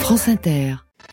France Inter.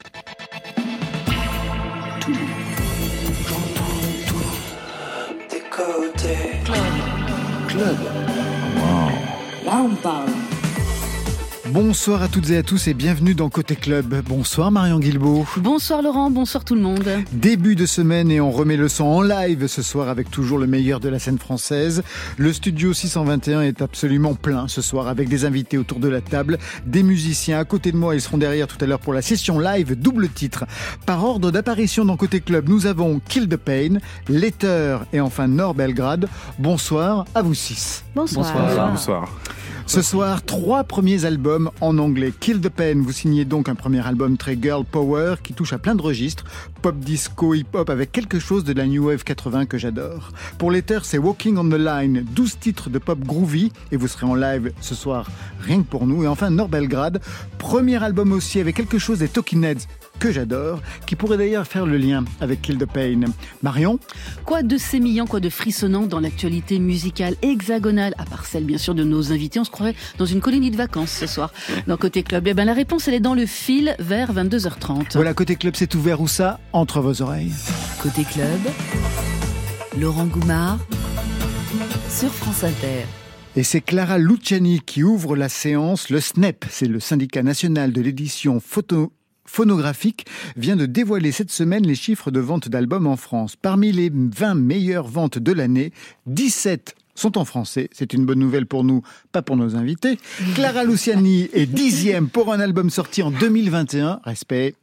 Des côtés. Club. Wow. Là, on parle. Bonsoir à toutes et à tous et bienvenue dans Côté Club. Bonsoir Marion Guilbault. Bonsoir Laurent, bonsoir tout le monde. Début de semaine et on remet le son en live ce soir avec toujours le meilleur de la scène française. Le studio 621 est absolument plein ce soir avec des invités autour de la table, des musiciens à côté de moi. Ils seront derrière tout à l'heure pour la session live double titre. Par ordre d'apparition dans Côté Club, nous avons Kill the Pain, Later et enfin Nord Belgrade. Bonsoir à vous six. Bonsoir. Bonsoir. Ce soir, 3 premiers albums en anglais. Kill the Pain, vous signez donc un premier album très girl power qui touche à plein de registres. Pop, disco, hip-hop avec quelque chose de la New Wave 80 que j'adore. Pour Later, c'est Walking on the Line, 12 titres de pop groovy et vous serez en live ce soir rien que pour nous. Et enfin, Nord Belgrade, premier album aussi avec quelque chose des Talking Heads que j'adore, qui pourrait d'ailleurs faire le lien avec Kill the Pain. Marion ? Quoi de sémillant, quoi de frissonnant dans l'actualité musicale hexagonale, à part celle bien sûr de nos invités, on se croirait dans une colonie de vacances ce soir dans Côté Club. Eh bien la réponse elle est dans le fil vers 22h30. Voilà, Côté Club c'est ouvert où ça ? Entre vos oreilles. Côté Club, Laurent Goumard sur France Inter. Et c'est Clara Luciani qui ouvre la séance. Le SNEP, c'est le syndicat national de l'édition phonographique, vient de dévoiler cette semaine les chiffres de vente d'albums en France. Parmi les 20 meilleures ventes de l'année, 17 sont en français. C'est une bonne nouvelle pour nous, pas pour nos invités. Clara Luciani est 10e pour un album sorti en 2021. Respect.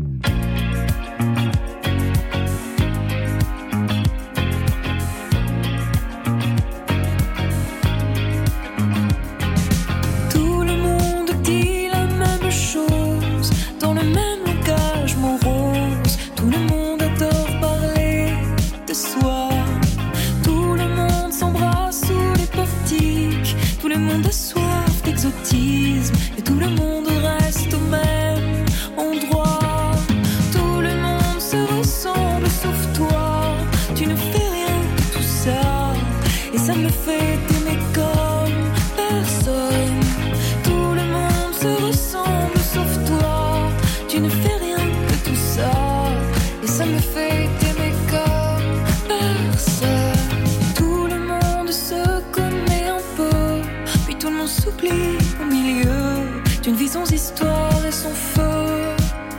Et tout le monde reste au même endroit. Tout le monde se ressemble sauf toi. Tu ne fais rien de tout ça. Et ça me fait t'aimer comme personne. Tout le monde se ressemble sauf toi. Tu ne fais rien de tout ça. Et ça me fait t'aimer comme personne. Tout le monde se connaît un peu. Puis tout le monde s'oublie au milieu d'une vie sans histoire et sans feu.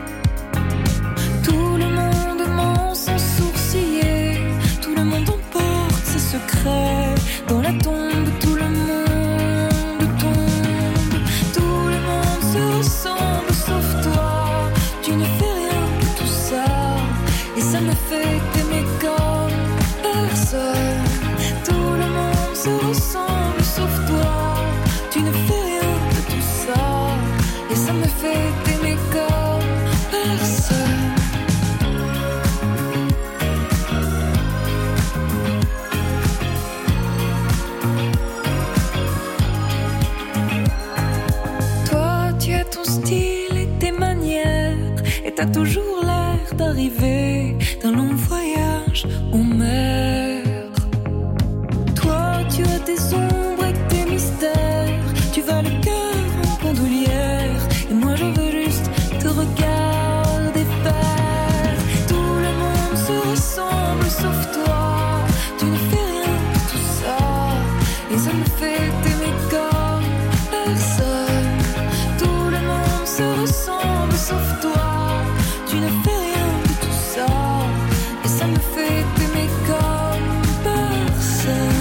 Tout le monde ment sans sourciller. Tout le monde emporte ses secrets. Dans la tombe, tout le monde tombe. Tout le monde se ressemble sauf toi. Tu ne fais rien de tout ça. Et ça me fait t'aimer comme personne. Tout le monde se ressemble sauf toi. Tu ne fais rien de tout ça. Et ça me fait t'aimer comme personne. Toi, tu as ton style et tes manières. Et t'as toujours l'air d'arriver d'un long voyage en mer. Toi, tu as tes ombres et tes mystères. Tu vas le cœur en bandoulière. Et moi je veux juste te regarder faire. Tout le monde se ressemble sauf toi. Tu ne fais rien de tout ça. Et ça me fait t'aimer comme personne. Tout le monde se ressemble sauf toi. Tu ne fais rien de tout ça. Et ça me fait t'aimer comme personne.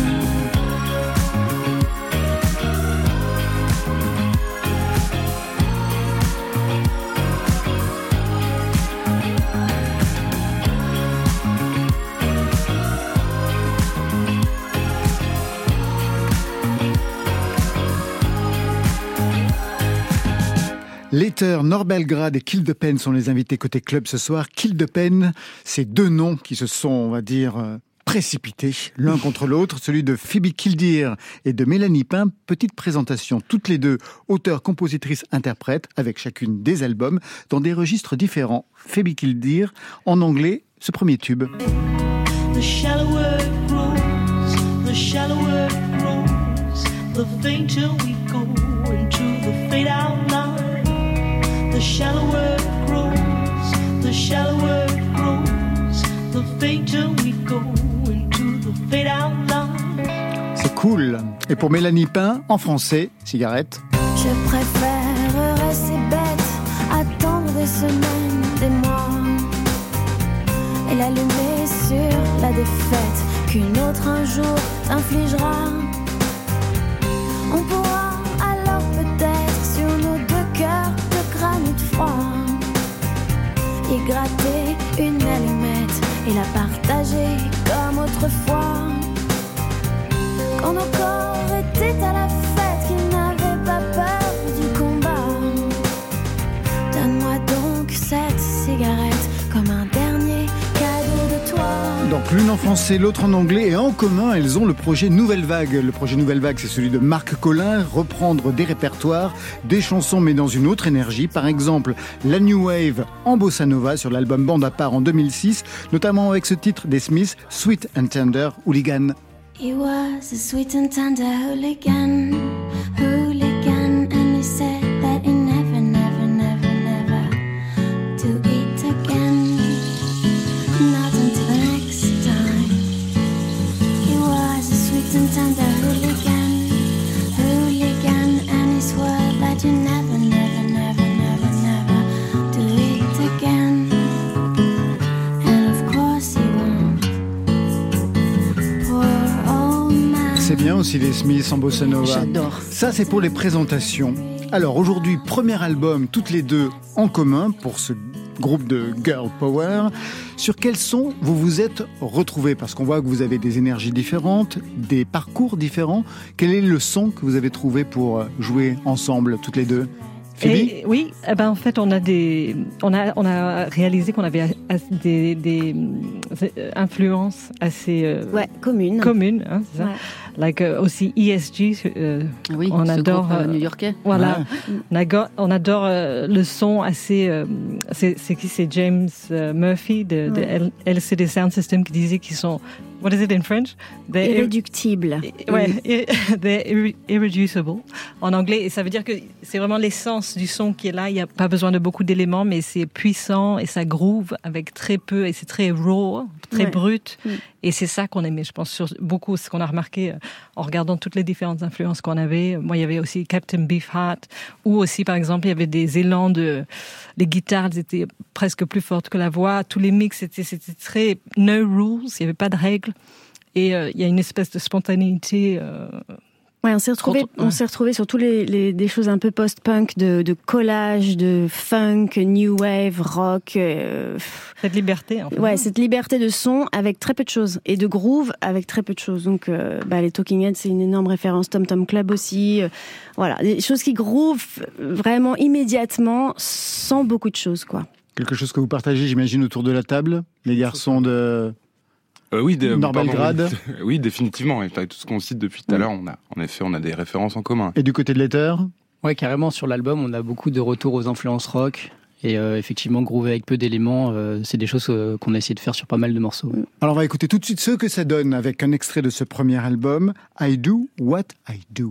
Later, Nord Belgrade et Kill the Pain sont les invités côté club ce soir. Kill the Pain, c'est deux noms qui se sont, on va dire, précipités l'un contre l'autre, celui de Phoebe Killdeer et de Mélanie Pain. Petite présentation, toutes les deux auteurs, compositrices, interprètes, avec chacune des albums, dans des registres différents. Phoebe Killdeer, en anglais, ce premier tube. The shallower it grows, the shallower it grows, the fainter we go into the fade out line. The shallower it grows, the shallower it grows, the fainter we go into the fade out line. C'est cool. Et pour Mélanie Pain, en français, cigarette. Je préférerais ces bêtes attendre des semaines, des mois et l'allumer sur la défaite qu'une autre un jour t'infligera. On pourra alors peut-être sur nos deux cœurs de granit froid y gratter une allumette et la partager comme autrefois quand nos corps étaient à la fête, qu'ils n'avaient pas peur du combat. Donne-moi donc cette cigarette comme un dernier cadeau de toi. Donc l'une en français, l'autre en anglais, et en commun, elles ont le projet Nouvelle Vague. Le projet Nouvelle Vague, c'est celui de Marc Collin, reprendre des répertoires, des chansons, mais dans une autre énergie. Par exemple, la New Wave en bossa nova sur l'album Bande à part en 2006, notamment avec ce titre des Smiths, Sweet and Tender Hooligan. He was a sweet and tender hooligan, and he said that he never, never, never, never do it again, not until the next time. He was a sweet and tender hooligan, and he swore that you never, never, never, never, never do it again, and of course he won't. C'est bien aussi les Smiths en bossa nova. J'adore. Ça, c'est pour les présentations. Alors aujourd'hui, premier album, toutes les deux en commun pour ce groupe de Girl Power. Sur quels sons vous vous êtes retrouvés? Parce qu'on voit que vous avez des énergies différentes, des parcours différents. Quel est le son que vous avez trouvé pour jouer ensemble, toutes les deux? Et, oui, en fait, on a réalisé qu'on avait des influences assez communes, hein, c'est ça. Ouais. Like aussi ESG. Oui, on adore new-yorkais. Voilà, ouais. on adore le son assez. C'est qui? C'est James Murphy de LCD Sound System qui disait qu'ils sont. What is it in French? Irréductible. Ouais, they're irreducible en anglais. Et ça veut dire que c'est vraiment l'essence du son qui est là. Il n'y a pas besoin de beaucoup d'éléments, mais c'est puissant et ça groove avec très peu et c'est très raw, très brut. Et c'est ça qu'on aimait, je pense, sur beaucoup, ce qu'on a remarqué en regardant toutes les différentes influences qu'on avait. Moi, il y avait aussi Captain Beefheart, ou aussi, par exemple, il y avait des élans les guitares, elles étaient presque plus fortes que la voix. Tous les mix, c'était très no rules, il n'y avait pas de règles. Et il y a une espèce de spontanéité. Ouais, on s'est retrouvés sur tous des choses un peu post-punk, de collage, de funk, new wave, rock. Cette liberté, en fait. Ouais, cette liberté de son avec très peu de choses. Et de groove avec très peu de choses. Donc, les Talking Heads, c'est une énorme référence. Tom Tom Club aussi. Voilà, des choses qui groove vraiment immédiatement, sans beaucoup de choses, quoi. Quelque chose que vous partagez, j'imagine, autour de la table, les garçons de... Oui, Nord-Belgrade. Oui, définitivement. Et tout ce qu'on cite depuis tout à l'heure, on a des références en commun. Et du côté de l'Ether? Ouais, carrément, sur l'album, on a beaucoup de retours aux influences rock. Et effectivement, groover avec peu d'éléments, c'est des choses qu'on a essayé de faire sur pas mal de morceaux. Alors, on va écouter tout de suite ce que ça donne avec un extrait de ce premier album, I Do What I Do.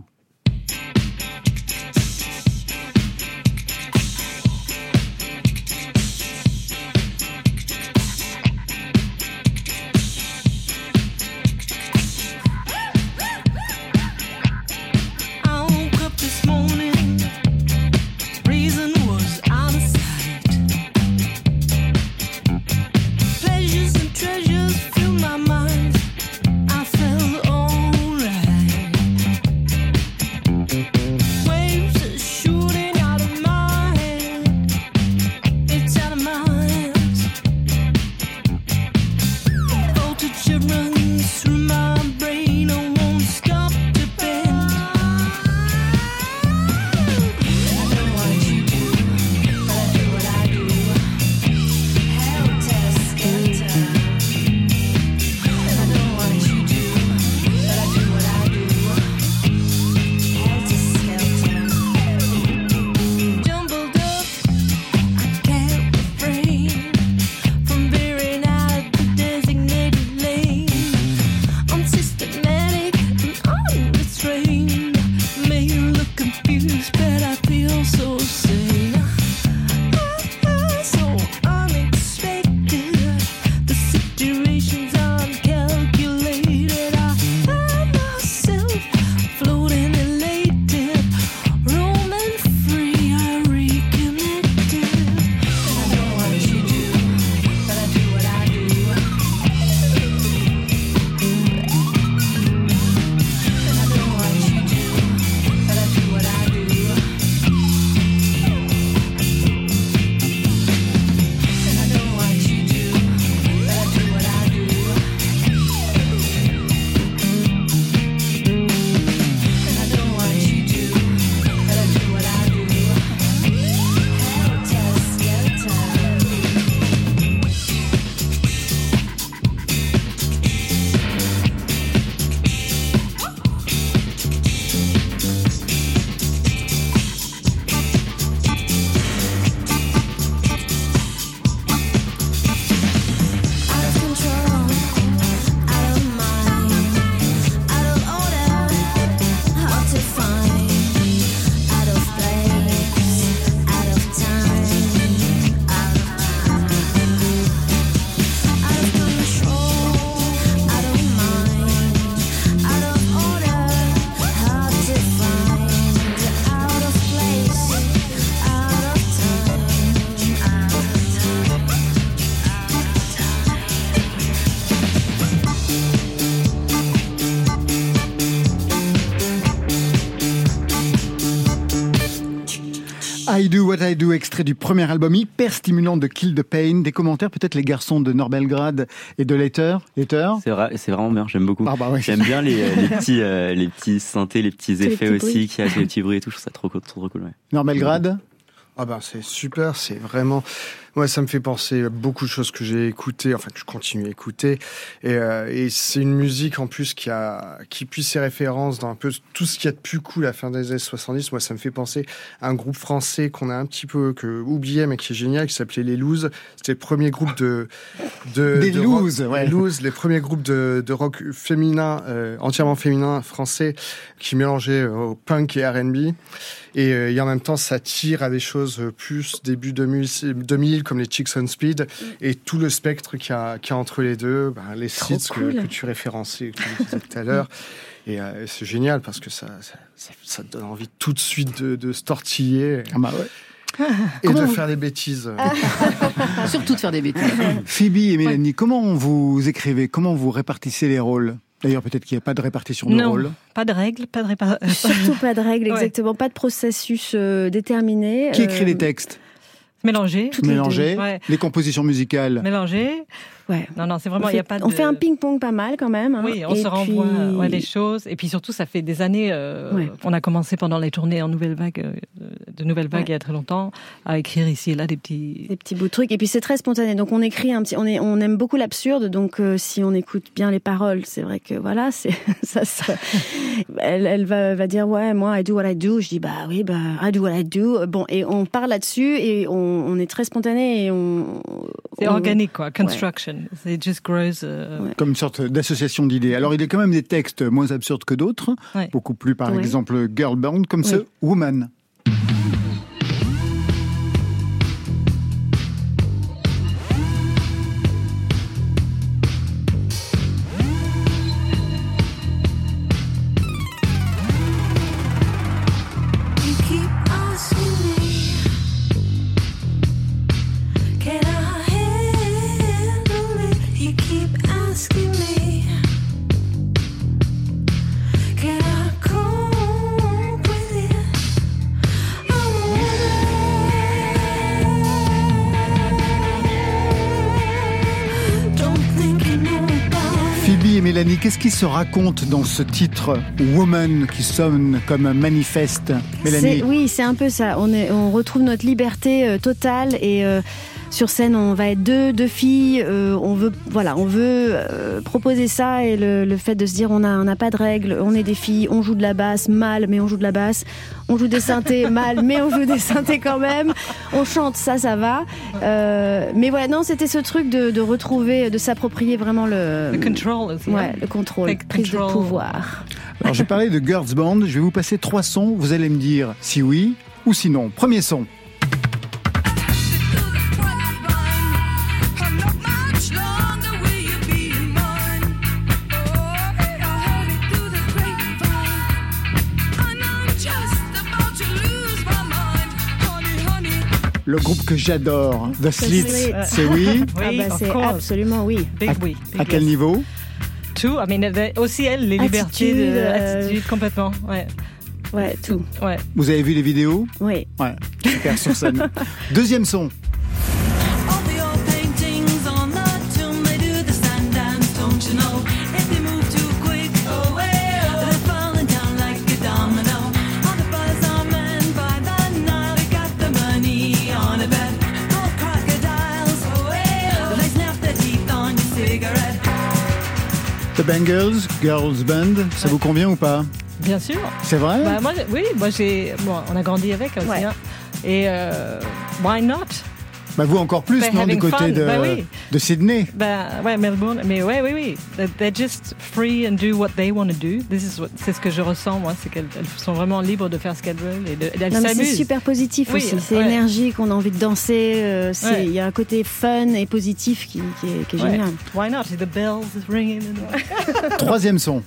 I Do What I Do, extrait du premier album hyper stimulant de Kill the Pain. Des commentaires, peut-être les garçons de Norbelgrad et de Later. C'est vrai, c'est vraiment bien, j'aime beaucoup. Ah bah oui. J'aime bien les petits synthés, les petits effets les petits aussi, qui a les petits bruits et tout, je trouve ça trop cool. Ouais. Norbelgrad. Ah ben c'est super, c'est vraiment... Ouais, ça me fait penser à beaucoup de choses que j'ai écoutées, enfin que je continue à écouter. Et c'est une musique en plus qui puise ses références dans un peu tout ce qu'il y a de plus cool à la fin des années 70. Moi, ça me fait penser à un groupe français qu'on a un petit peu oublié, mais qui est génial, qui s'appelait Les Looses. C'était le premier groupe Des Looses, ouais. Les Looses, les premiers groupes de rock féminin, entièrement féminin français, qui mélangeaient punk et R&B. Et en même temps, ça tire à des choses plus début 2000 comme les Chicks on Speed, et tout le spectre qu'il y a entre les deux, les sites que tu référençais, que tu disais tout à l'heure. Et c'est génial parce que ça te donne envie tout de suite de se tortiller. Ah bah ouais. Et de faire des bêtises. Surtout de faire des bêtises. Phoebe et Mélanie, comment vous écrivez, comment vous répartissez les rôles ? D'ailleurs, peut-être qu'il n'y a pas de répartition de rôles. Pas de règles, Surtout pas de règles, exactement. Pas de processus déterminé. Qui écrit les textes ? Mélanger. Ouais. Les compositions musicales. Mélanger. Ouais. Non, c'est vraiment, il n'y a pas de... On fait un ping-pong pas mal quand même. Hein. Oui, on se renvoie des choses. Et puis surtout, ça fait des années, on a commencé pendant les tournées en Nouvelle Vague, il y a très longtemps, à écrire ici et là des petits bouts de trucs. Et puis c'est très spontané. Donc on écrit on aime beaucoup l'absurde. Donc si on écoute bien les paroles, c'est vrai que voilà, elle va dire, ouais, moi, I do what I do. Je dis, I do what I do. Bon, et on parle là-dessus et on est très spontané et c'est organique, quoi. Construction. Ouais. It just grows. Comme une sorte d'association d'idées. Alors, il y a quand même des textes moins absurdes que d'autres. Ouais. Beaucoup plus, par exemple, girl band, comme ce Woman. Et Mélanie, qu'est-ce qui se raconte dans ce titre Woman qui sonne comme un manifeste, Mélanie? Oui, c'est un peu ça. On retrouve notre liberté totale et sur scène, on va être deux filles. On veut proposer ça et le fait de se dire on n'a pas de règles, on est des filles, on joue de la basse mal, mais on joue de la basse. On joue des synthés mal, mais on joue des synthés quand même. On chante, ça va. Mais voilà, non, c'était ce truc de retrouver, de s'approprier vraiment le control aussi. Ouais, le contrôle, prise de pouvoir. Alors, j'ai parlé de Girls Band. Je vais vous passer 3 sons. Vous allez me dire si oui ou si non. Premier son. Le groupe que j'adore, The Slits, c'est oui? C'est absolument oui. À quel niveau? Tout, aussi elle, les libertés attitude complètement, Ouais, tout. Ouais. Vous avez vu les vidéos? Oui. Ouais, super sur scène. Deuxième son. The Bangles, Girls Band, ça vous convient ou pas? Bien sûr. C'est vrai? On a grandi avec aussi. Hein. Et why not? Vous encore plus, non, du côté de Sydney. Melbourne. Mais oui. They're just free and do what they want to do. C'est ce que je ressens, moi. C'est qu'elles sont vraiment libres de faire ce qu'elles veulent et elles s'amusent. C'est super positif aussi. C'est énergique, on a envie de danser. Il y a un côté fun et positif qui est génial. Why not? The bells ringing. Troisième son.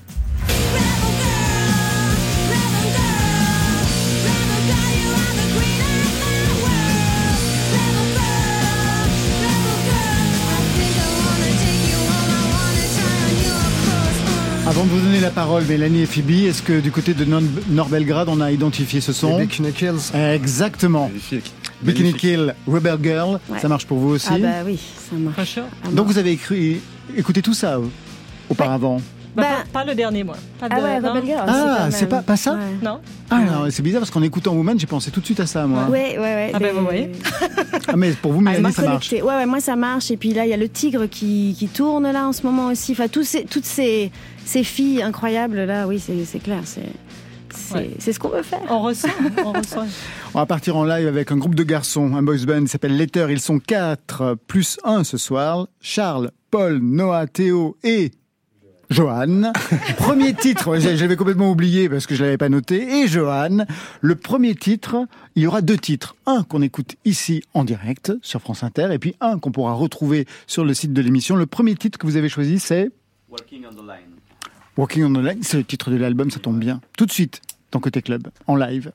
Avant de vous donner la parole, Mélanie et Phoebe, est-ce que du côté de Nord-Belgrade, on a identifié ce son? Les Bikini Kills. Exactement. Magnifique. Bikini Kill, Rebel Girl, Ouais. ça marche pour vous aussi? Ah bah oui, ça marche. Donc vous avez écouté tout ça auparavant? Pas le dernier, moi. Pas Ah de- ouais, non. Rebel Girl. Ah, c'est pas ça? Ouais. Non. Ah non, c'est bizarre parce qu'en écoutant Woman, j'ai pensé tout de suite à ça, moi. Ouais. Ah ben, vous voyez. Ah, mais pour vous, Mélanie, ça marche. Ouais, moi ça marche. Et puis là, il y a le tigre qui tourne là en ce moment aussi. Enfin, toutes ces filles incroyables là, oui, c'est clair. C'est ce qu'on veut faire. On ressent. On va partir en live avec un groupe de garçons, un boys band qui s'appelle Letter. Ils sont 4 plus 1 ce soir. Charles, Paul, Noah, Théo et Johan. Premier titre, j'avais complètement oublié parce que je l'avais pas noté. Et Johan, le premier titre, il y aura 2 titres. Un qu'on écoute ici en direct sur France Inter et puis un qu'on pourra retrouver sur le site de l'émission. Le premier titre que vous avez choisi, c'est Walking on the Line. Walking on the Line. C'est le titre de l'album, ça tombe bien. Tout de suite, dans Côté Club, en live.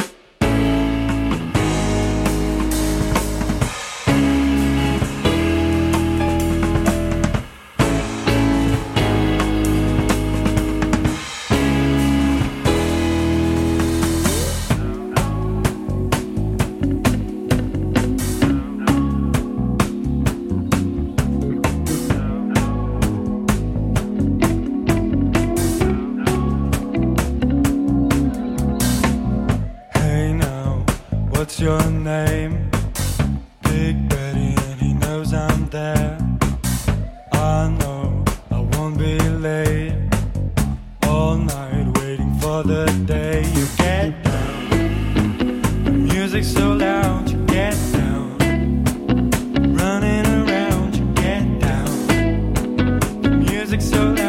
What's your name? Big Betty, and he knows I'm there. I know I won't be late. All night waiting for the day you get down. The music's so loud, you get down. Running around, you get down. The music's so loud.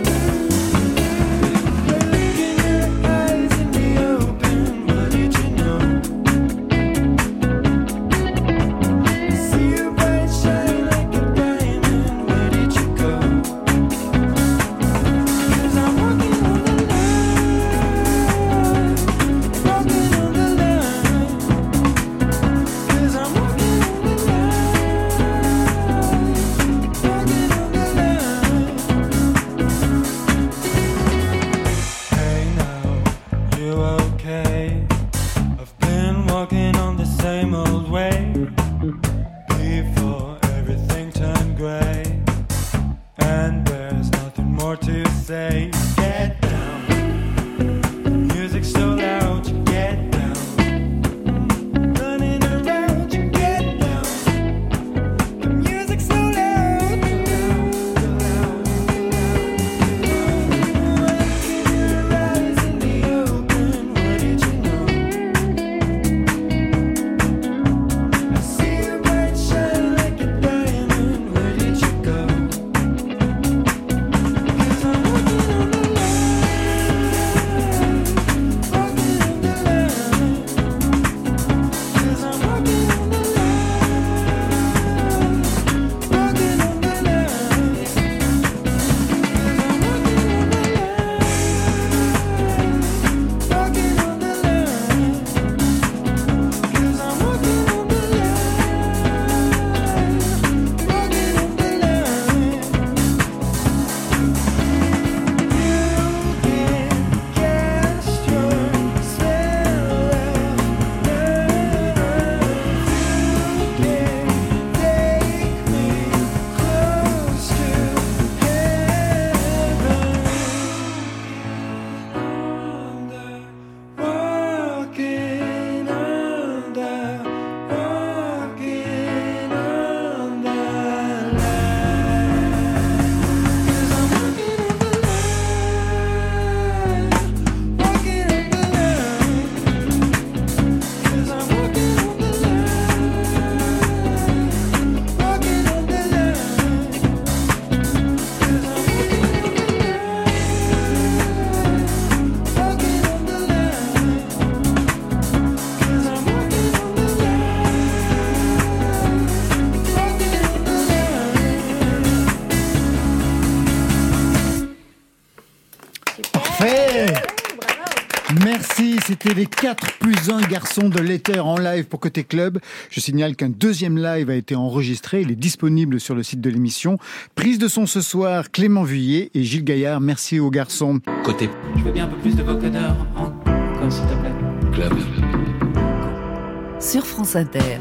Look in your eyes and be open. What did you know? c'était les 4+1 garçons de Later en live pour Côté Club. Je signale qu'un deuxième live a été enregistré. Il est disponible sur le site de l'émission. Prise de son ce soir, Clément Vuillet et Gilles Gaillard. Merci aux garçons. Côté. Je veux bien un peu plus de vocodeur encore, s'il te plaît. Club. Sur France Inter.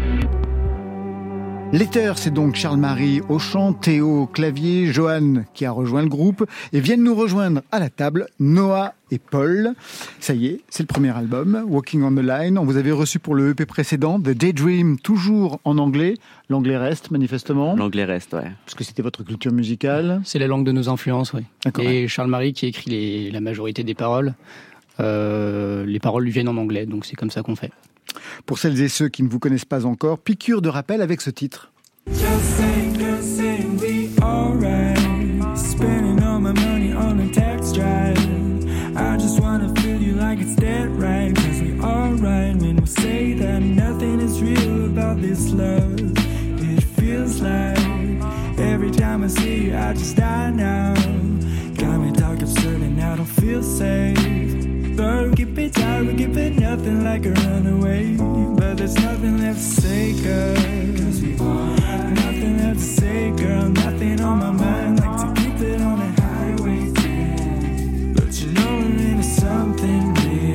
Later, c'est donc Charles-Marie au chant, Théo au clavier, Johan qui a rejoint le groupe et viennent nous rejoindre à la table Noah et Paul. Ça y est, c'est le premier album, Walking on the Line. On vous avait reçu pour le EP précédent, The Daydream, toujours en anglais. L'anglais reste, manifestement. L'anglais reste, ouais. Parce que c'était votre culture musicale. C'est la langue de nos influences, oui. D'accord, et Charles-Marie qui écrit la majorité des paroles. Les paroles lui viennent en anglais, donc c'est comme ça qu'on fait. Pour celles et ceux qui ne vous connaissent pas encore, piqûre de rappel avec ce titre. Just saying, we alright. Spending all my money on a tax drive. I just wanna feel you like it's dead right. Cause we alright, man, we'll say that nothing is real about this love. It feels like every time I see you, I just die now. Got me talking absurd and I don't feel safe. But we keep it tight, we keep it nothing like a runaway. But there's nothing left to say, cause we alright. Nothing left to say, girl, nothing on my mind. Like to keep it on the highway, yeah. But you know we're into something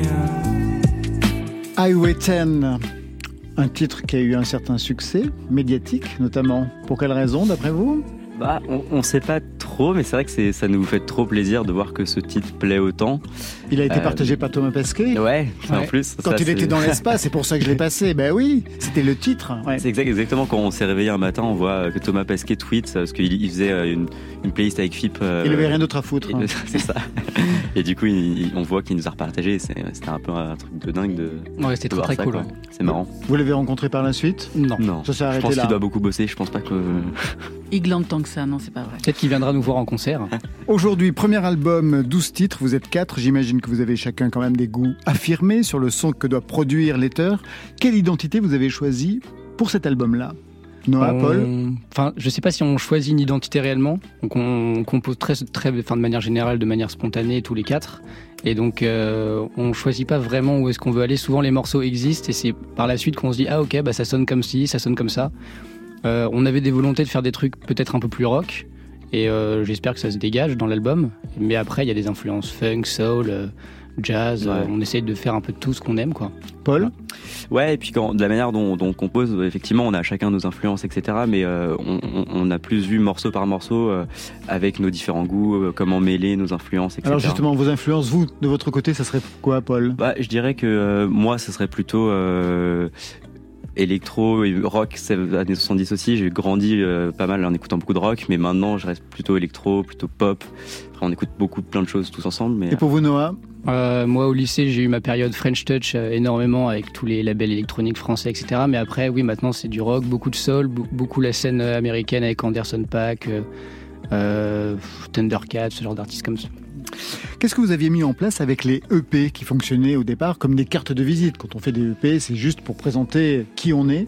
real. Highway 10, un titre qui a eu un certain succès médiatique, notamment. Pour quelle raison, d'après vous ? Bah, on sait pas trop, mais c'est vrai que ça nous fait trop plaisir de voir que ce titre plaît autant. Il a été partagé par Thomas Pesquet. Ouais, en plus. Quand il était dans l'espace, c'est pour ça que je l'ai passé. Ben oui, c'était le titre. Ouais. C'est exactement quand on s'est réveillé un matin, on voit que Thomas Pesquet tweet, parce qu'il faisait une playlist avec FIP. Il avait rien d'autre à foutre. C'est ça. Et du coup, on voit qu'il nous a repartagé. C'était un peu un truc de dingue de. Ouais, c'était très cool. Ouais. C'est marrant. Vous l'avez rencontré par la suite ? Non. Ça s'est arrêté là. Je pense qu'il doit beaucoup bosser. Je pense pas que. Il glande tant que ça, non, c'est pas vrai. Peut-être qu'il viendra nous voir en concert. Aujourd'hui, premier album, 12 titres, vous êtes 4. J'imagine que vous avez chacun quand même des goûts affirmés sur le son que doit produire Later. Quelle identité vous avez choisie pour cet album-là ? Noah, Paul ? Enfin, je sais pas si on choisit une identité réellement. Donc on compose de manière générale, de manière spontanée, tous les 4. Et donc on choisit pas vraiment où est-ce qu'on veut aller. Souvent les morceaux existent et c'est par la suite qu'on se dit ah ok, bah ça sonne comme ci, ça sonne comme ça. On avait des volontés de faire des trucs peut-être un peu plus rock. Et j'espère que ça se dégage dans l'album. Mais après, il y a des influences funk, soul, jazz. Ouais. On essaye de faire un peu de tout ce qu'on aime, quoi. Paul ? Ouais, et puis de la manière dont on compose, effectivement, on a chacun nos influences, etc. Mais on a plus vu morceau par morceau avec nos différents goûts, comment mêler nos influences, etc. Alors justement, vos influences, vous, de votre côté, ça serait quoi, Paul ? Bah, je dirais que moi, ça serait plutôt... électro, rock, c'est années 70 aussi. J'ai grandi pas mal en écoutant beaucoup de rock, mais maintenant je reste plutôt électro, plutôt pop. Après, on écoute plein de choses tous ensemble. Mais... Et pour vous, Noah ? Moi, au lycée, j'ai eu ma période French Touch énormément avec tous les labels électroniques français, etc. Mais après, oui, maintenant c'est du rock, beaucoup de soul, beaucoup la scène américaine avec Anderson .Paak, Thundercat, ce genre d'artistes comme ça. Qu'est-ce que vous aviez mis en place avec les EP qui fonctionnaient au départ comme des cartes de visite ? Quand on fait des EP, c'est juste pour présenter qui on est.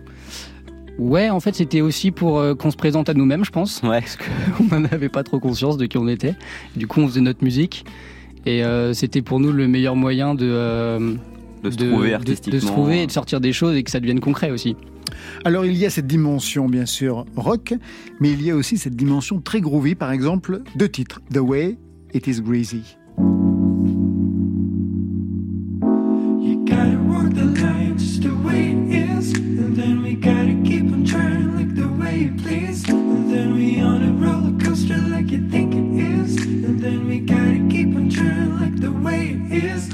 Ouais, en fait, c'était aussi pour qu'on se présente à nous-mêmes, je pense. Ouais. Parce qu'on n'en avait pas trop conscience de qui on était. Du coup, on faisait notre musique. Et c'était pour nous le meilleur moyen de se trouver artistiquement. De se trouver et de sortir des choses et que ça devienne concret aussi. Alors il y a cette dimension bien sûr rock, mais il y a aussi cette dimension très groovy, par exemple 2 titres, The Way It Is Greasy. You gotta walk the line just the way it is, and then we gotta keep on trying like the way you please, and then we on a roller coaster like you think it is, and then we gotta keep on trying like the way it is.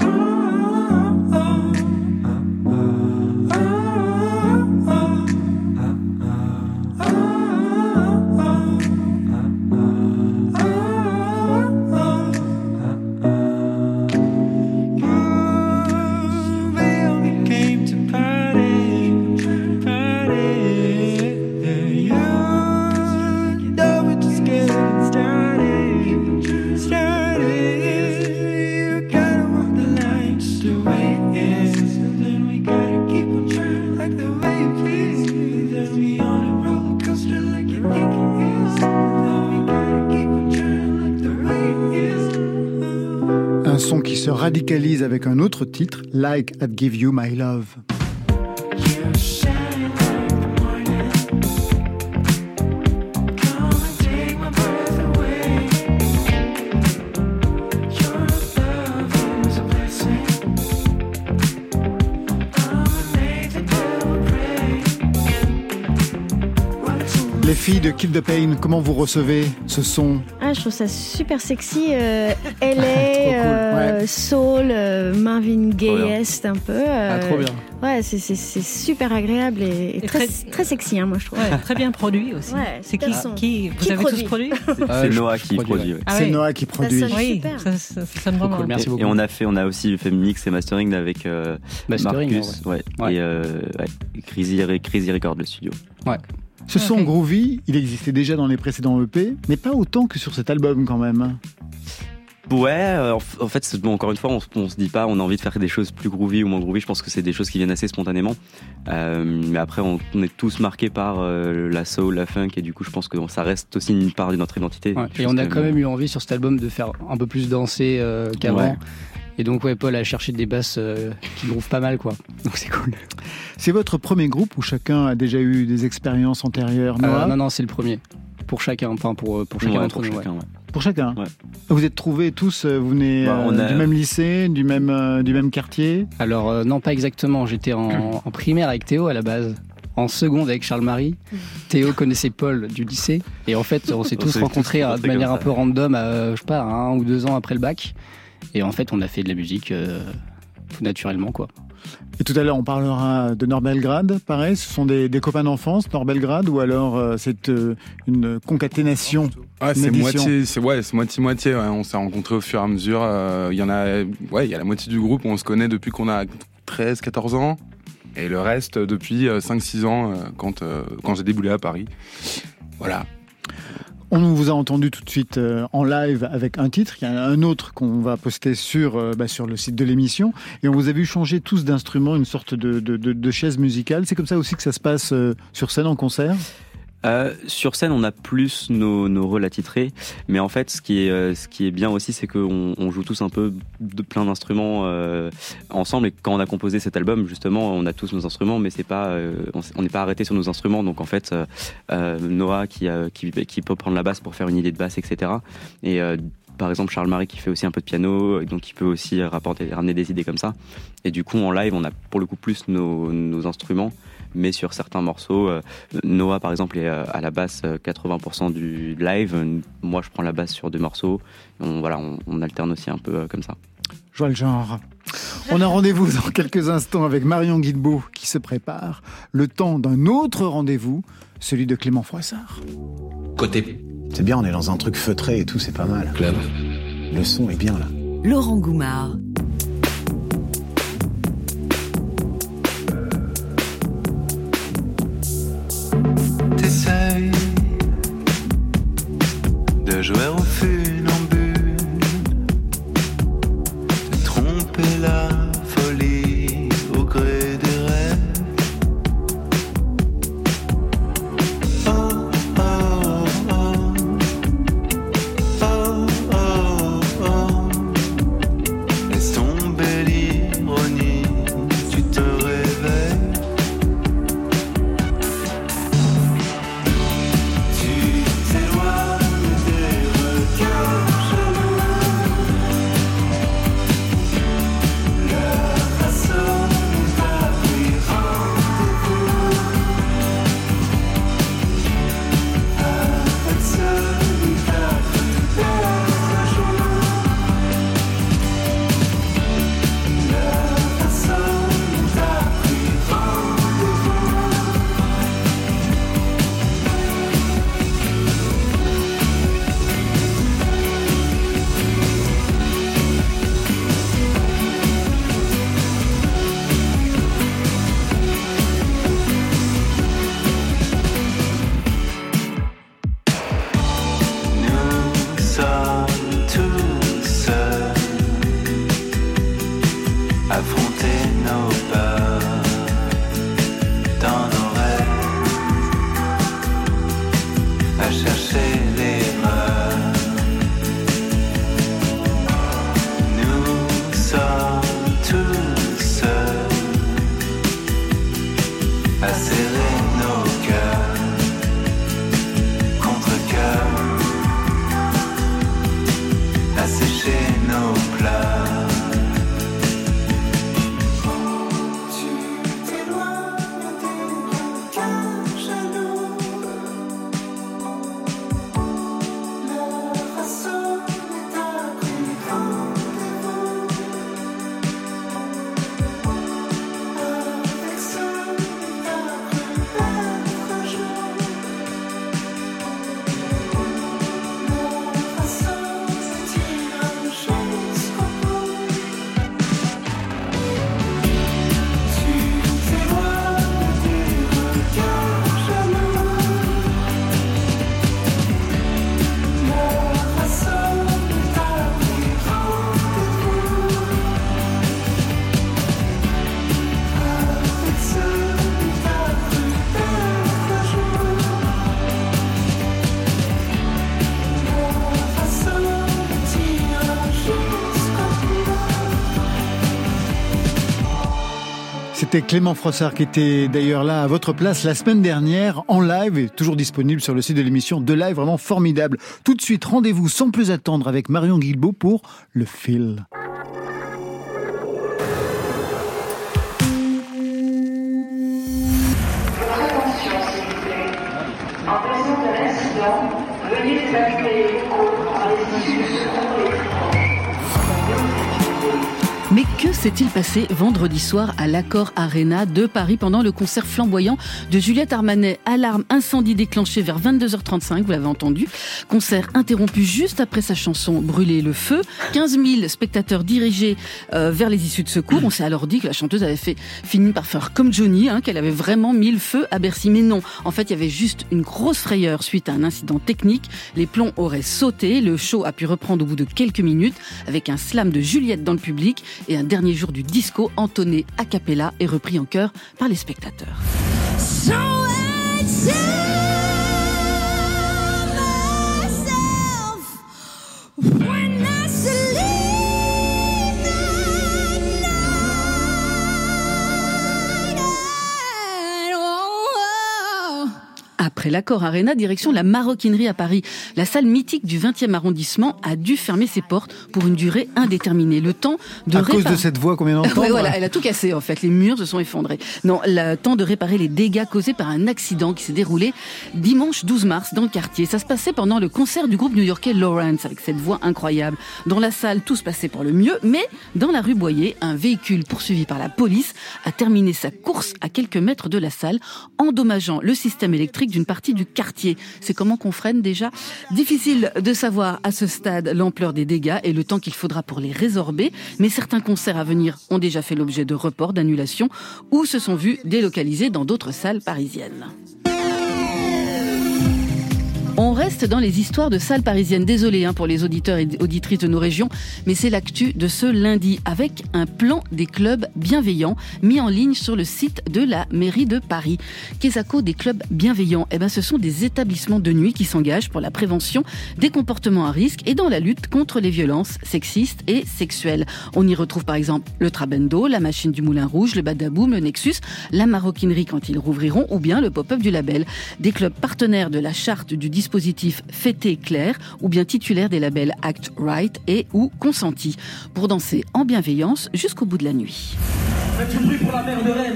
se radicalise avec un autre titre, Like I'd Give You My Love. Les filles de Kill the Pain, comment vous recevez ce son? Je trouve ça super sexy. LA, soul, Marvin Gaye-est un peu. Trop bien. Ouais, c'est super agréable et très sexy, moi je trouve. Ouais, très bien produit aussi. Ouais, c'est qui vous avez tous produit? C'est Noah qui produit. Ouais. C'est Noah qui produit. Ça sonne super. Ça sonne vraiment. Cool, merci beaucoup. Et on a aussi fait mix et mastering avec Marcus, et Crazy Record, le studio. Ouais. Ce son groovy, il existait déjà dans les précédents EP, mais pas autant que sur cet album quand même. Ouais, en fait, encore une fois, on se dit pas, on a envie de faire des choses plus groovy ou moins groovy. Je pense que c'est des choses qui viennent assez spontanément. Mais après, on est tous marqués par la soul, la funk, et du coup, je pense que ça reste aussi une part de notre identité. Ouais, et on a quand même eu envie sur cet album de faire un peu plus danser qu'avant. Ouais. Et donc, Paul a cherché des basses qui groovent pas mal, quoi. Donc, c'est cool. C'est votre premier groupe où chacun a déjà eu des expériences antérieures, Noah? Non, c'est le premier. Pour chacun, enfin, pour chacun d'entre nous. Pour chacun. Ouais. Vous êtes trouvés tous, vous venez du même lycée, du même quartier? Alors, non, pas exactement. J'étais en primaire avec Théo à la base. En seconde avec Charles-Marie. Théo connaissait Paul du lycée. Et en fait, on s'est tous rencontrés de manière un peu random, je sais pas, 1 ou 2 ans après le bac. Et en fait, on a fait de la musique tout naturellement, quoi. Et tout à l'heure, on parlera de Norbelgrad. Pareil, ce sont des copains d'enfance, Norbelgrad, ou alors c'est une concaténation? C'est moitié-moitié. Ouais. On s'est rencontrés au fur et à mesure. Il y a la moitié du groupe, on se connaît depuis qu'on a 13-14 ans. Et le reste depuis 5-6 ans, quand j'ai déboulé à Paris. Voilà. On vous a entendu tout de suite en live avec un titre. Il y en a un autre qu'on va poster sur le site de l'émission. Et on vous a vu changer tous d'instruments, une sorte de chaise musicale. C'est comme ça aussi que ça se passe sur scène en concert? Sur scène, on a plus nos rôles attitrés, mais en fait, ce qui est bien aussi, c'est qu'on joue tous un peu de plein d'instruments ensemble. Et quand on a composé cet album, justement, on a tous nos instruments, mais c'est pas, on n'est pas arrêté sur nos instruments. Donc en fait, Noah qui peut prendre la basse pour faire une idée de basse, etc. Et par exemple, Charles-Marie qui fait aussi un peu de piano, donc il peut aussi ramener des idées comme ça. Et du coup, en live, on a pour le coup plus nos instruments. Mais sur certains morceaux, Noah par exemple est à la basse 80% du live. Moi je prends la basse sur 2 morceaux. On alterne aussi un peu comme ça. Je vois le genre. On a rendez-vous dans quelques instants avec Marion Guilbeault qui se prépare. Le temps d'un autre rendez-vous, celui de Clément Froissart. Côté. C'est bien, on est dans un truc feutré et tout, c'est pas mal. Club. Le son est bien là. Laurent Goumard. T'essayes de jouer au funambule, de tromper la folie au gré des rêves. Oh, oh, oh, oh, oh, oh. Et à serrer nos cœurs contre cœur, à sécher nos pleurs. C'était Clément Frossard qui était d'ailleurs là à votre place la semaine dernière en live et toujours disponible sur le site de l'émission de live, vraiment formidable. Tout de suite, rendez-vous sans plus attendre avec Marion Guilbault pour Le Fil. Votre attention, s'il vous plaît. En raison de l'incident, veuillez évacuer les locaux par les issues de secours électriques. Mais que s'est-il passé vendredi soir à l'Accor Arena de Paris pendant le concert flamboyant de Juliette Armanet? Alarme, incendie déclenché vers 22h35, vous l'avez entendu. Concert interrompu juste après sa chanson Brûler le feu. 15 000 spectateurs dirigés vers les issues de secours. On s'est alors dit que la chanteuse avait fini par faire comme Johnny, qu'elle avait vraiment mis le feu à Bercy. Mais non, en fait, il y avait juste une grosse frayeur suite à un incident technique. Les plombs auraient sauté. Le show a pu reprendre au bout de quelques minutes avec un slam de Juliette dans le public et un dernier jour du disco entonné a cappella et repris en chœur par les spectateurs. Après l'Accor Arena, direction la Maroquinerie à Paris. La salle mythique du 20e arrondissement a dû fermer ses portes pour une durée indéterminée. Le temps de cause de cette voix qu'on vient d'entendre. Ouais, voilà, elle a tout cassé en fait. Les murs se sont effondrés. Non, le temps de réparer les dégâts causés par un accident qui s'est déroulé dimanche 12 mars dans le quartier. Ça se passait pendant le concert du groupe new-yorkais Lawrence avec cette voix incroyable. Dans la salle, tout se passait pour le mieux, mais dans la rue Boyer, un véhicule poursuivi par la police a terminé sa course à quelques mètres de la salle, endommageant le système électrique d'une partie du quartier. C'est comment qu'on freine déjà? Difficile de savoir à ce stade l'ampleur des dégâts et le temps qu'il faudra pour les résorber, mais certains concerts à venir ont déjà fait l'objet de reports, d'annulations ou se sont vus délocalisés dans d'autres salles parisiennes. On reste dans les histoires de salles parisiennes. Désolé pour les auditeurs et auditrices de nos régions, mais c'est l'actu de ce lundi avec un plan des clubs bienveillants mis en ligne sur le site de la mairie de Paris. Qu'est-ce des clubs bienveillants? Ce sont des établissements de nuit qui s'engagent pour la prévention des comportements à risque et dans la lutte contre les violences sexistes et sexuelles. On y retrouve par exemple le Trabendo, la machine du Moulin Rouge, le Badaboum, le Nexus, la Maroquinerie quand ils rouvriront ou bien le pop-up du label. Des clubs partenaires de la charte du dispositif Fêté Clair ou bien titulaires des labels Act Right et ou Consenti pour danser en bienveillance jusqu'au bout de la nuit. Faites du bruit pour la mère de Rennes.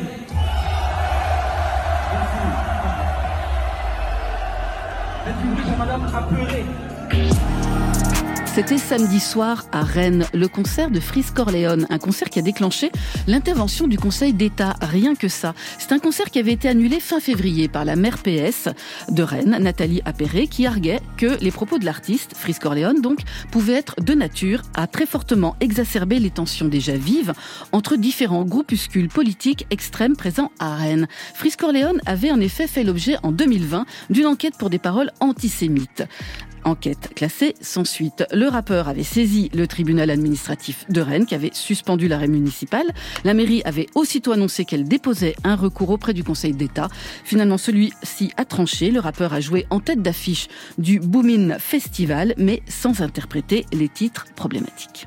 Faites du bruit pour madame apeurée. C'était samedi soir à Rennes, le concert de Freeze Corleone, un concert qui a déclenché l'intervention du Conseil d'État, rien que ça. C'est un concert qui avait été annulé fin février par la maire PS de Rennes, Nathalie Appéré, qui arguait que les propos de l'artiste, Freeze Corleone donc, pouvaient être de nature à très fortement exacerber les tensions déjà vives entre différents groupuscules politiques extrêmes présents à Rennes. Freeze Corleone avait en effet fait l'objet en 2020 d'une enquête pour des paroles antisémites. Enquête classée sans suite. Le rappeur avait saisi le tribunal administratif de Rennes qui avait suspendu l'arrêt municipal. La mairie avait aussitôt annoncé qu'elle déposait un recours auprès du Conseil d'État. Finalement, celui-ci a tranché. Le rappeur a joué en tête d'affiche du Boomin Festival, mais sans interpréter les titres problématiques.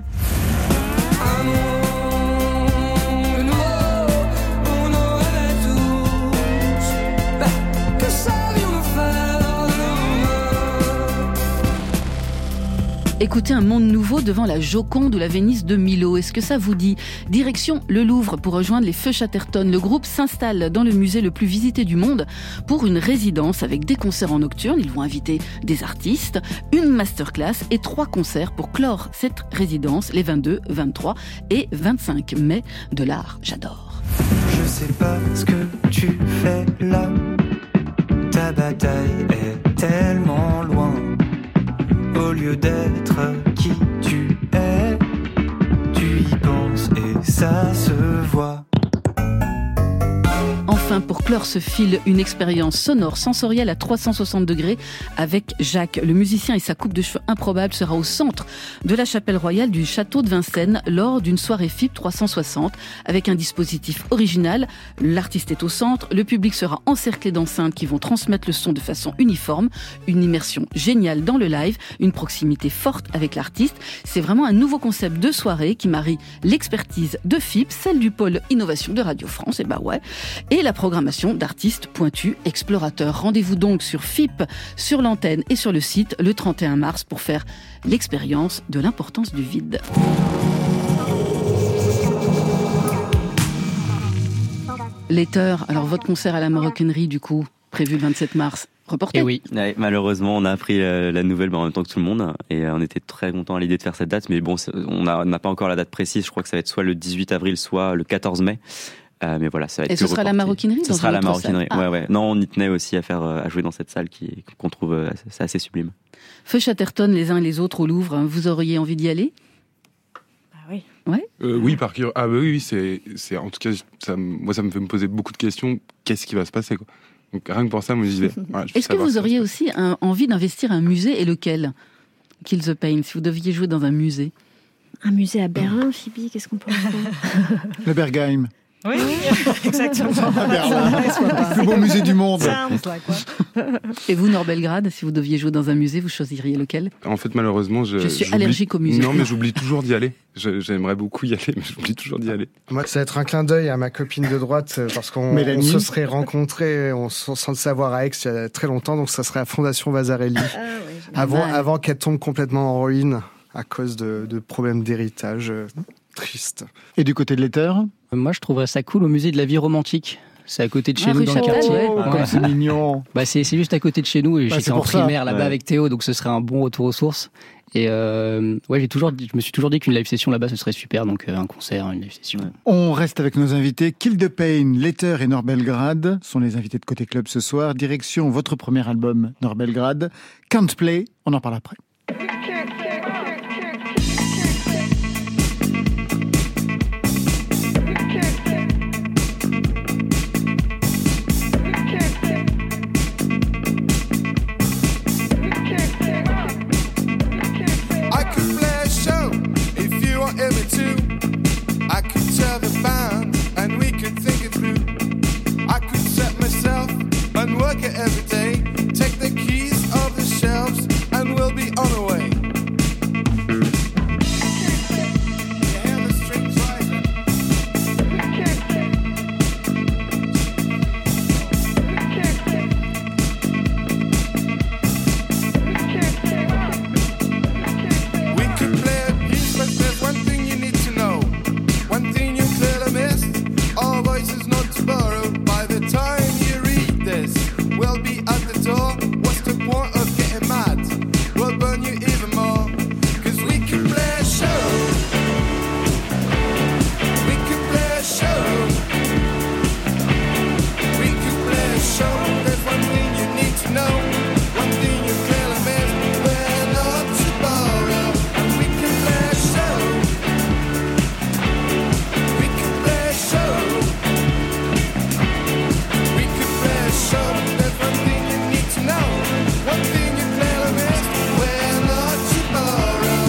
Écoutez un monde nouveau devant la Joconde ou la Venise de Milo. Est-ce que ça vous dit? Direction le Louvre pour rejoindre les Feux Chatterton. Le groupe s'installe dans le musée le plus visité du monde pour une résidence avec des concerts en nocturne. Ils vont inviter des artistes, une masterclass et 3 concerts pour clore cette résidence les 22, 23 et 25 mai de l'art. J'adore. Je sais pas ce que tu fais là. Ta bataille est tellement loin. Au lieu d'être qui tu es, tu y penses et ça se voit. Enfin, pour clore ce fil, une expérience sonore, sensorielle à 360 degrés avec Jacques. Le musicien et sa coupe de cheveux improbable sera au centre de la chapelle royale du château de Vincennes lors d'une soirée FIP 360 avec un dispositif original. L'artiste est au centre, le public sera encerclé d'enceintes qui vont transmettre le son de façon uniforme, une immersion géniale dans le live, une proximité forte avec l'artiste. C'est vraiment un nouveau concept de soirée qui marie l'expertise de FIP, celle du pôle innovation de Radio France, et la programmation d'artistes pointus explorateurs. Rendez-vous donc sur FIP, sur l'antenne et sur le site le 31 mars pour faire l'expérience de l'importance du vide. Later, alors votre concert à la Maroquinerie du coup, prévu le 27 mars. Reporté. Et oui. Ouais, malheureusement, on a appris la nouvelle en même temps que tout le monde et on était très contents à l'idée de faire cette date, mais bon, on n'a pas encore la date précise. Je crois que ça va être soit le 18 avril, soit le 14 mai. Mais voilà, ça va être. Et ce sera la Maroquinerie. Ce sera la Maroquinerie. Ouais. Non, on y tenait aussi à jouer dans cette salle qu'on trouve c'est assez sublime. Feu Chatterton, les uns et les autres au Louvre. Vous auriez envie d'y aller? Oui. Ouais. Oui, par curiosité. Ah bah oui, c'est en tout cas ça me fait me poser beaucoup de questions. Qu'est-ce qui va se passer, quoi? Donc rien que pour ça, moi j'y vais. Voilà, est-ce que vous auriez aussi envie d'investir un musée, et lequel? Kill the Pain, si vous deviez jouer dans un musée. Un musée à Berlin, Phoebe, qu'est-ce qu'on pourrait faire? Le Bergheim. Oui, exactement. Le plus beau musée du monde. Et vous, Norbelgrad, si vous deviez jouer dans un musée, vous choisiriez lequel? En fait, malheureusement, je suis allergique au musée. Non, mais j'oublie toujours d'y aller. J'aimerais beaucoup y aller, mais j'oublie toujours d'y aller. Moi, ça va être un clin d'œil à ma copine de droite, parce qu'on se serait rencontrés, sans le savoir, à Aix il y a très longtemps, donc ça serait à Fondation Vasarely. Avant qu'elle tombe complètement en ruine à cause de problèmes d'héritage. Triste. Et du côté de l'Éther? Moi, je trouverais ça cool au musée de la vie romantique. C'est à côté de chez nous, dans le quartier. Comme c'est mignon. C'est juste à côté de chez nous et j'étais en primaire là-bas avec Théo, donc ce serait un bon retour aux sources. Et je me suis toujours dit qu'une live session là-bas, ce serait super, donc un concert, une live session. On reste avec nos invités. Kill the Pain, l'Éther et Norbelgrad sont les invités de Côté Club ce soir. Direction votre premier album, Norbelgrad. Can't Play, on en parle après. I could tell the band and we could think it through. I could set myself and work it every day. Take the keys off the shelves and we'll be on our way. You hear the strings rising? We could play a piece, but there's one thing you need to know. One thing you clearly missed, our voices not to borrow. By the time you read this, we'll be at the door. What's the point of getting mad? We'll burn you even more. Cause we can play a show. We can play a show. We can play a show. There's one thing you need to know. One thing you clearly missed, we're not to borrow. And we can play a show. We can play a show. We can play a show. There's one thing you need to know. One thing you clearly missed, we're not to borrow.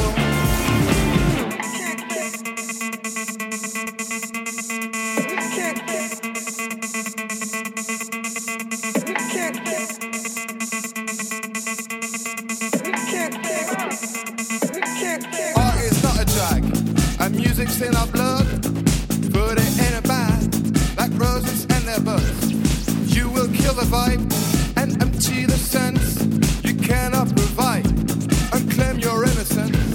Art is not a drag, and music's in our blood. Put it in a band, like roses and their buds. You will kill the vibe and empty the sense you cannot provide, and claim your innocence.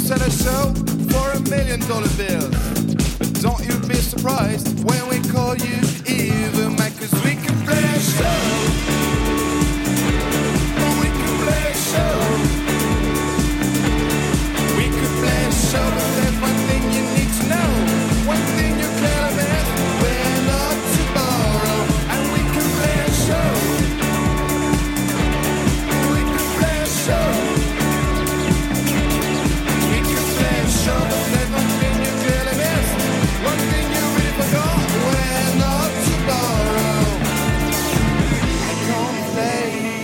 sell a show for $1 million bills. Don't you be surprised when we call you evil, man, 'cause we can play a show. We can play a show. We can play a show, but there's one thing you need to know. One thing you clearly missed, we're not tomorrow. And we can play a show. We can play a show. We can play a show, but there's one thing you clearly missed. One thing you really forgot, we're not tomorrow. I can't play.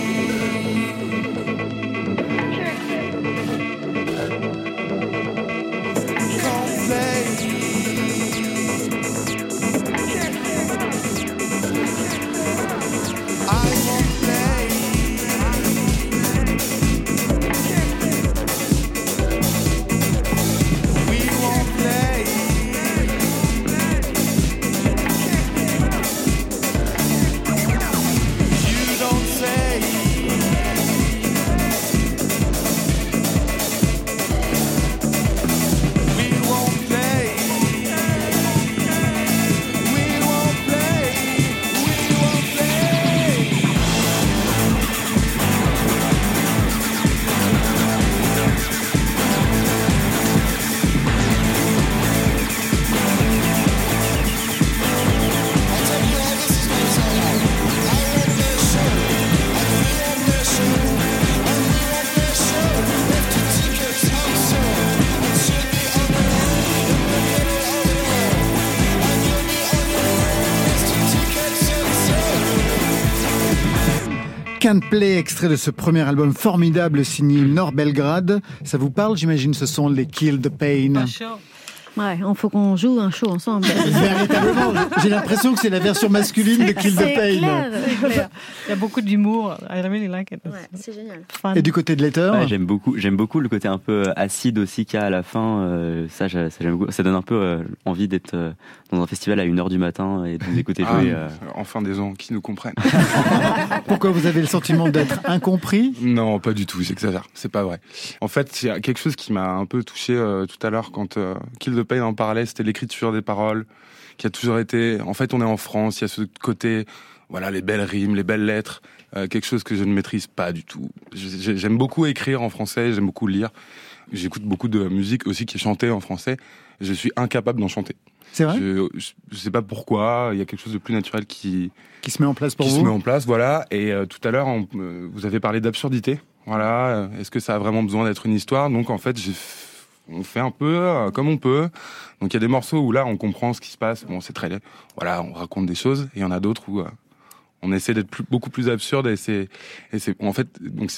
Can't Play, extrait de ce premier album formidable signé Nord Belgrade. Ça vous parle, j'imagine, ce sont les Kill the Pain. Ouais, il faut qu'on joue un show ensemble. Véritablement, j'ai l'impression que c'est la version masculine de Kill the Pain. Clair. Il y a beaucoup d'humour. I really like it. Ouais, c'est génial. Et du côté de Letter, j'aime beaucoup le côté un peu acide aussi qu'il y a à la fin. Ça j'aime beaucoup. Ça donne un peu envie d'être dans un festival à 1h du matin et de nous écouter jouer. Enfin des gens qui nous comprennent. Pourquoi vous avez le sentiment d'être incompris ? Non, pas du tout, j'exagère, c'est pas vrai. En fait, c'est quelque chose qui m'a un peu touché tout à l'heure quand Kill the Pain en parlait, c'était l'écriture des paroles, qui a toujours été... En fait, on est en France, il y a ce côté, voilà, les belles rimes, les belles lettres, quelque chose que je ne maîtrise pas du tout. J'aime beaucoup écrire en français, j'aime beaucoup lire. J'écoute beaucoup de musique aussi qui est chantée en français. Je suis incapable d'en chanter. C'est vrai ? Je sais pas pourquoi, il y a quelque chose de plus naturel qui se met en place pour vous ? Qui se met en place, voilà. Et tout à l'heure, vous avez parlé d'absurdité. Voilà, est-ce que ça a vraiment besoin d'être une histoire ? Donc en fait, on fait un peu comme on peut. Donc il y a des morceaux où là, on comprend ce qui se passe. Bon, c'est très laid. Voilà, on raconte des choses. Et il y en a d'autres où on essaie d'être beaucoup plus absurde. Et c'est en fait, donc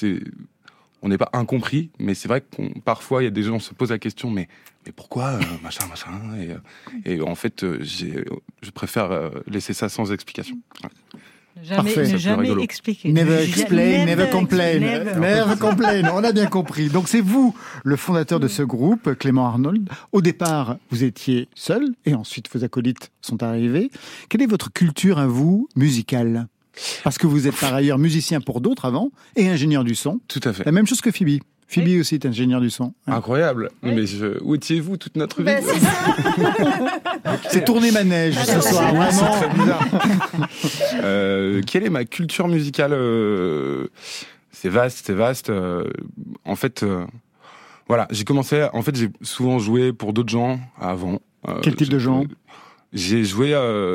on n'est pas incompris, mais c'est vrai que parfois il y a des gens qui se posent la question, mais pourquoi machin, et en fait je préfère laisser ça sans explication. Ouais. Jamais expliquer. Never explain, never complain. Never complain, on a bien compris. Donc c'est vous, le fondateur de ce groupe, Clément Arnold. Au départ, vous étiez seul, et ensuite vos acolytes sont arrivés. Quelle est votre culture à vous, musicale ? Parce que vous êtes par ailleurs musicien pour d'autres avant, et ingénieur du son. Tout à fait. La même chose que Phoebe. Phoebe aussi est ingénieur du son. Incroyable. Oui. Mais où étiez-vous toute notre vie ? C'est tourner manège ce soir. Vraiment. C'est très bizarre. Quelle est ma culture musicale ? C'est vaste. En fait, voilà, j'ai commencé. En fait, j'ai souvent joué pour d'autres gens avant. Quel type de gens ? J'ai joué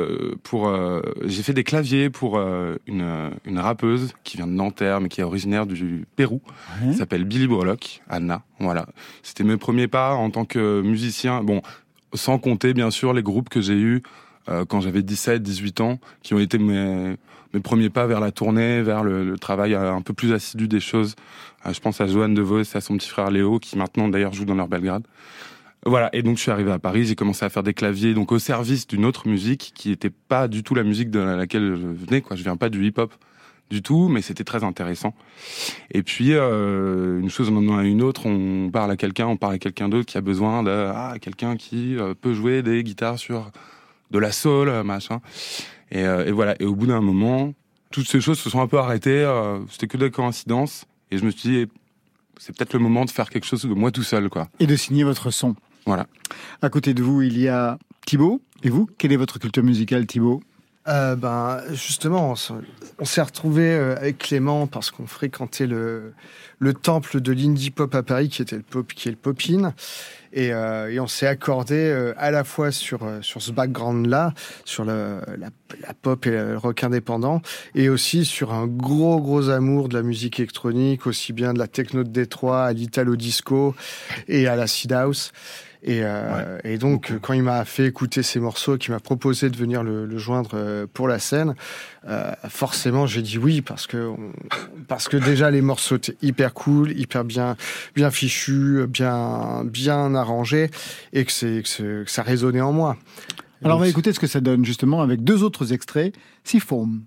j'ai fait des claviers pour une rappeuse qui vient de Nanterre mais qui est originaire du Pérou. Ouais. Qui s'appelle Billy Breloque, Anna. Voilà. C'était mes premiers pas en tant que musicien. Bon, sans compter bien sûr les groupes que j'ai eus quand j'avais 17, 18 ans, qui ont été mes premiers pas vers la tournée, vers le travail un peu plus assidu des choses. Je pense à Johan De Vos et à son petit frère Léo, qui maintenant d'ailleurs joue dans Nord Belgrade. Voilà, et donc je suis arrivé à Paris, j'ai commencé à faire des claviers donc au service d'une autre musique qui n'était pas du tout la musique de laquelle je venais, quoi. Je viens pas du hip-hop du tout, mais c'était très intéressant. Et puis une chose en menant à une autre, on parle à quelqu'un d'autre qui a besoin de quelqu'un qui peut jouer des guitares sur de la soul, machin. Et voilà, et au bout d'un moment, toutes ces choses se sont un peu arrêtées, c'était que des coïncidences, et je me suis dit c'est peut-être le moment de faire quelque chose de moi tout seul, quoi. Et de signer votre son. Voilà. À côté de vous, il y a Thibaut. Et vous, quelle est votre culture musicale, Thibaut ? Justement, on s'est retrouvés avec Clément parce qu'on fréquentait le temple de l'indie pop à Paris, qui est le Popin, et on s'est accordé à la fois sur ce background-là, sur la pop et le rock indépendant, et aussi sur un gros amour de la musique électronique, aussi bien de la techno de Détroit à l'italo disco et à l'acid house. Et donc, quand il m'a fait écouter ces morceaux, qu'il m'a proposé de venir le joindre pour la scène, forcément, j'ai dit oui, parce que déjà, les morceaux étaient hyper cool, hyper bien fichus, bien arrangés, et que ça résonnait en moi. Alors, on va écouter ce que ça donne, justement, avec 2 autres extraits. Seafoam.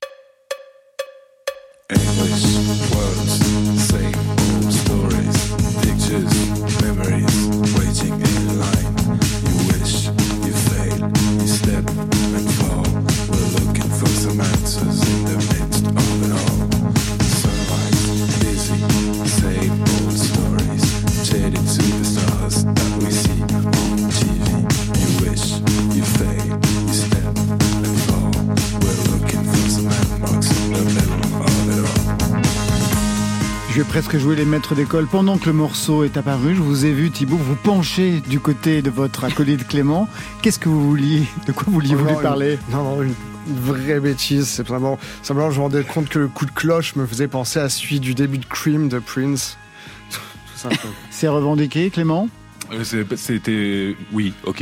English words, same old stories, pictures, memories, waiting in line. You wish, you fail, you step and fall. We're looking for some answers in the midst of it all. Sunrise, busy, same old stories, jaded to the stars that we see on TV. You wish, you fail, you step and fall. We're looking for some landmarks in the middle of it all. Je vais presque jouer les maîtres d'école. Pendant que le morceau est apparu, je vous ai vu, Thibaut, vous pencher du côté de votre acolyte Clément. Qu'est-ce que vous vouliez, de quoi vouliez-vous lui parler ? Une vraie bêtise. C'est simplement, je me rendais compte que le coup de cloche me faisait penser à celui du début de Cream de Prince. Tout simplement. C'est revendiqué, Clément ? C'était... Oui, ok.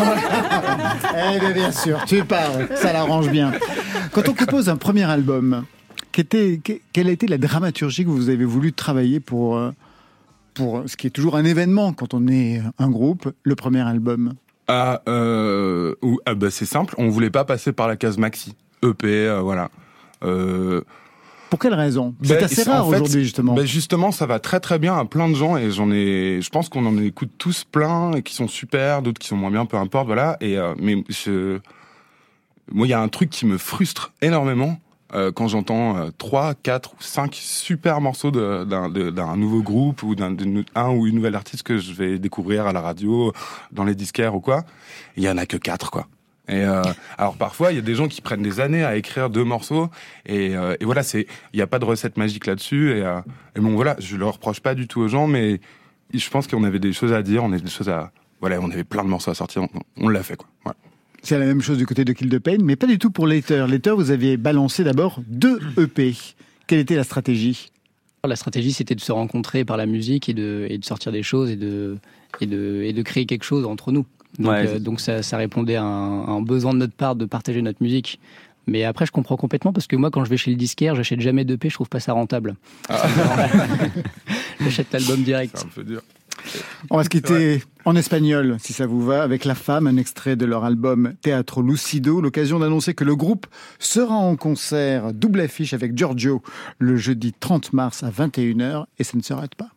Bien sûr, tu parles, ça l'arrange bien. Quand on compose un premier album, quelle a été la dramaturgie que vous avez voulu travailler pour ce qui est toujours un événement quand on est un groupe, le premier album ? C'est simple, on voulait pas passer par la case maxi, EP, voilà. Pour quelle raison ? C'est assez rare aujourd'hui, justement. Justement, ça va très très bien à plein de gens, et je pense qu'on en écoute tous plein, et qui sont super, d'autres qui sont moins bien, peu importe, voilà. Moi, il y a un truc qui me frustre énormément, quand j'entends 3, 4 ou 5 super morceaux d'un nouveau groupe ou d'un ou une nouvelle artiste que je vais découvrir à la radio, dans les disquaires ou quoi, il y en a que 4, quoi. Et alors parfois il y a des gens qui prennent des années à écrire 2 morceaux et voilà, il y a pas de recette magique là-dessus et bon voilà, je le reproche pas du tout aux gens, mais je pense qu'on avait des choses à dire, on avait plein de morceaux à sortir, on l'a fait, quoi. Voilà. C'est la même chose du côté de Kill the Pain, mais pas du tout pour Later. Later, vous aviez balancé d'abord 2 EP. Quelle était la stratégie ? La stratégie, c'était de se rencontrer par la musique et de sortir des choses et de créer quelque chose entre nous. Donc ça répondait à un besoin de notre part de partager notre musique. Mais après, je comprends complètement, parce que moi, quand je vais chez le disquaire, j'achète jamais d'EP, je trouve pas ça rentable. J'achète l'album direct. C'est un peu dur. On va se quitter en espagnol, si ça vous va, avec La Femme, un extrait de leur album Teatro Lucido. L'occasion d'annoncer que le groupe sera en concert double affiche avec Giorgio le jeudi 30 mars à 21h, et ça ne s'arrête pas.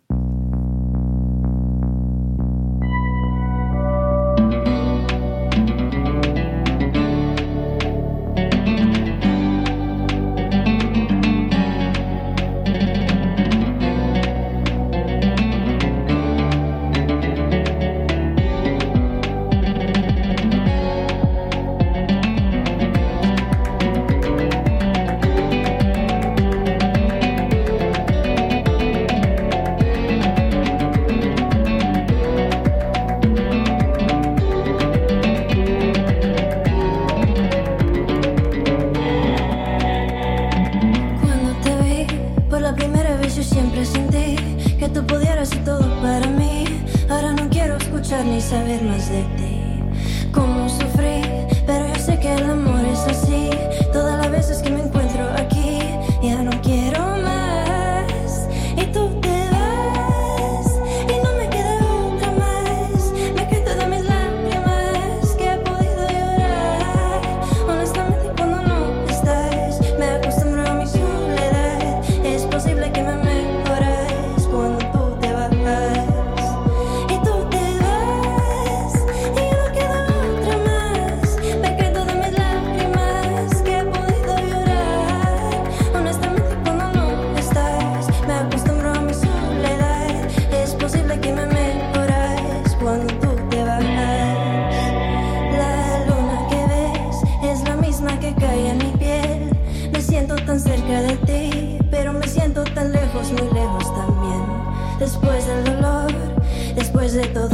Ni saber más de ti, cómo sufrí, pero yo sé que el amor es así. Todas las veces que me encuentro aquí, ya no quiero más. Y tú te vas, y no me queda otra más. Me quedo de mis lágrimas que he podido llorar. Honestamente cuando no estás, me acostumbro a mi soledad. Es posible que me mejoras cuando tú te vas. Llorar.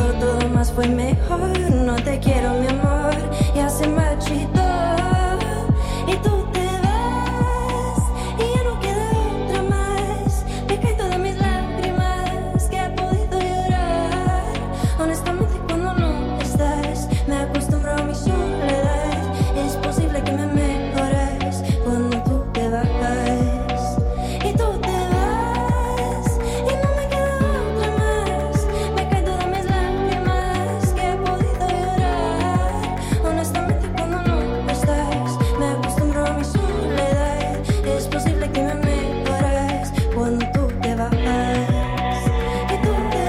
todo más fue mejor. No te quiero, mi amor, ya se marchitó. Y tú te vas, y ya no queda otra más. Me caen todas mis lágrimas que he podido llorar. Honestamente, cuando no estás, me acostumbro a mi soledad. Es posible que me mejores cuando tú te vas. Y tú te vas, y no me queda otra más. Me caen todas mis lágrimas que he podido llorar. Honestamente, cuando no estás, me acostumbro a mi soledad. Es posible que me mejores cuando tú te vas. Y tú te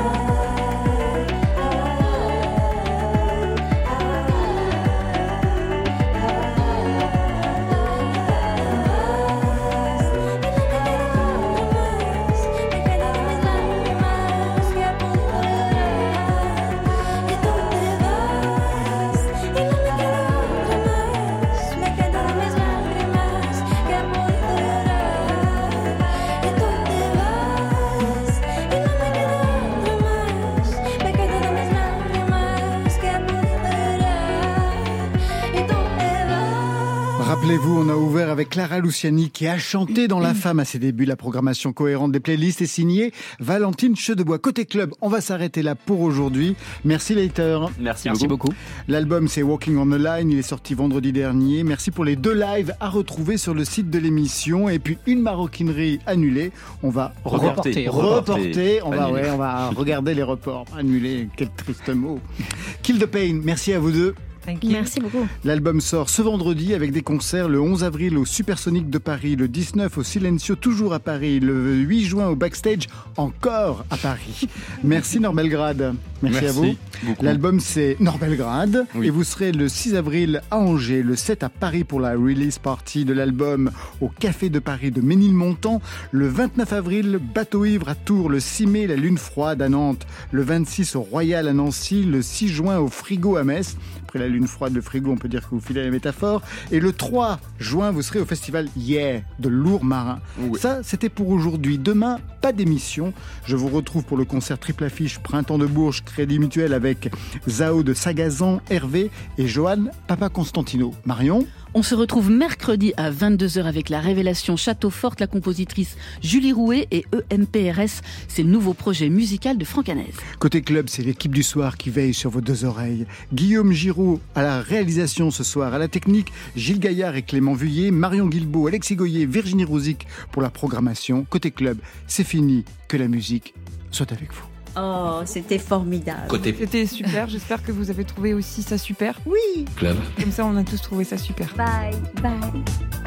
Rappelez-vous, on a ouvert avec Clara Luciani qui a chanté dans La Femme à ses débuts. La programmation cohérente des playlists est signée Valentine Chedebois. Côté club, on va s'arrêter là pour aujourd'hui. Merci Leiter. Merci beaucoup. L'album c'est Walking on the Line, il est sorti vendredi dernier. Merci pour les 2 lives à retrouver sur le site de l'émission. Et puis une maroquinerie annulée. On va reporter. On va regarder les reports. Annulés, quel triste mot. Kill the Pain, merci à vous deux. Merci beaucoup. L'album sort ce vendredi avec des concerts le 11 avril au Supersonic de Paris, le 19 au Silencio toujours à Paris, le 8 juin au Backstage encore à Paris. Merci Norbelgrad. Merci à vous. Beaucoup. L'album c'est Norbelgrad Oui. et vous serez le 6 avril à Angers, le 7 à Paris pour la release party de l'album au Café de Paris de Ménilmontant, le 29 avril Bateau Ivre à Tours, le 6 mai la Lune Froide à Nantes, le 26 au Royal à Nancy, le 6 juin au Frigo à Metz. Après la Lune Froide, le Frigo, on peut dire que vous filez la métaphore. Et le 3 juin, vous serez au festival Yeah de Lourmarin. Oui. Ça, c'était pour aujourd'hui. Demain, pas d'émission. Je vous retrouve pour le concert triple affiche Printemps de Bourges, Crédit Mutuel avec Zao de Sagazan, Hervé et Johan Papa Constantino. Marion ? On se retrouve mercredi à 22h avec la révélation Château Forte, la compositrice Julie Rouet et EMPRS. C'est le nouveau projet musical de Franck Hanez. Côté club, c'est l'équipe du soir qui veille sur vos 2 oreilles. Guillaume Giraud à la réalisation ce soir, à la technique, Gilles Gaillard et Clément Vuillet, Marion Guilbault, Alexis Goyer, Virginie Rouzic pour la programmation. Côté club, c'est fini, que la musique soit avec vous. Oh, c'était formidable. C'était super, j'espère que vous avez trouvé aussi ça super. Oui. Comme ça, on a tous trouvé ça super. Bye, bye.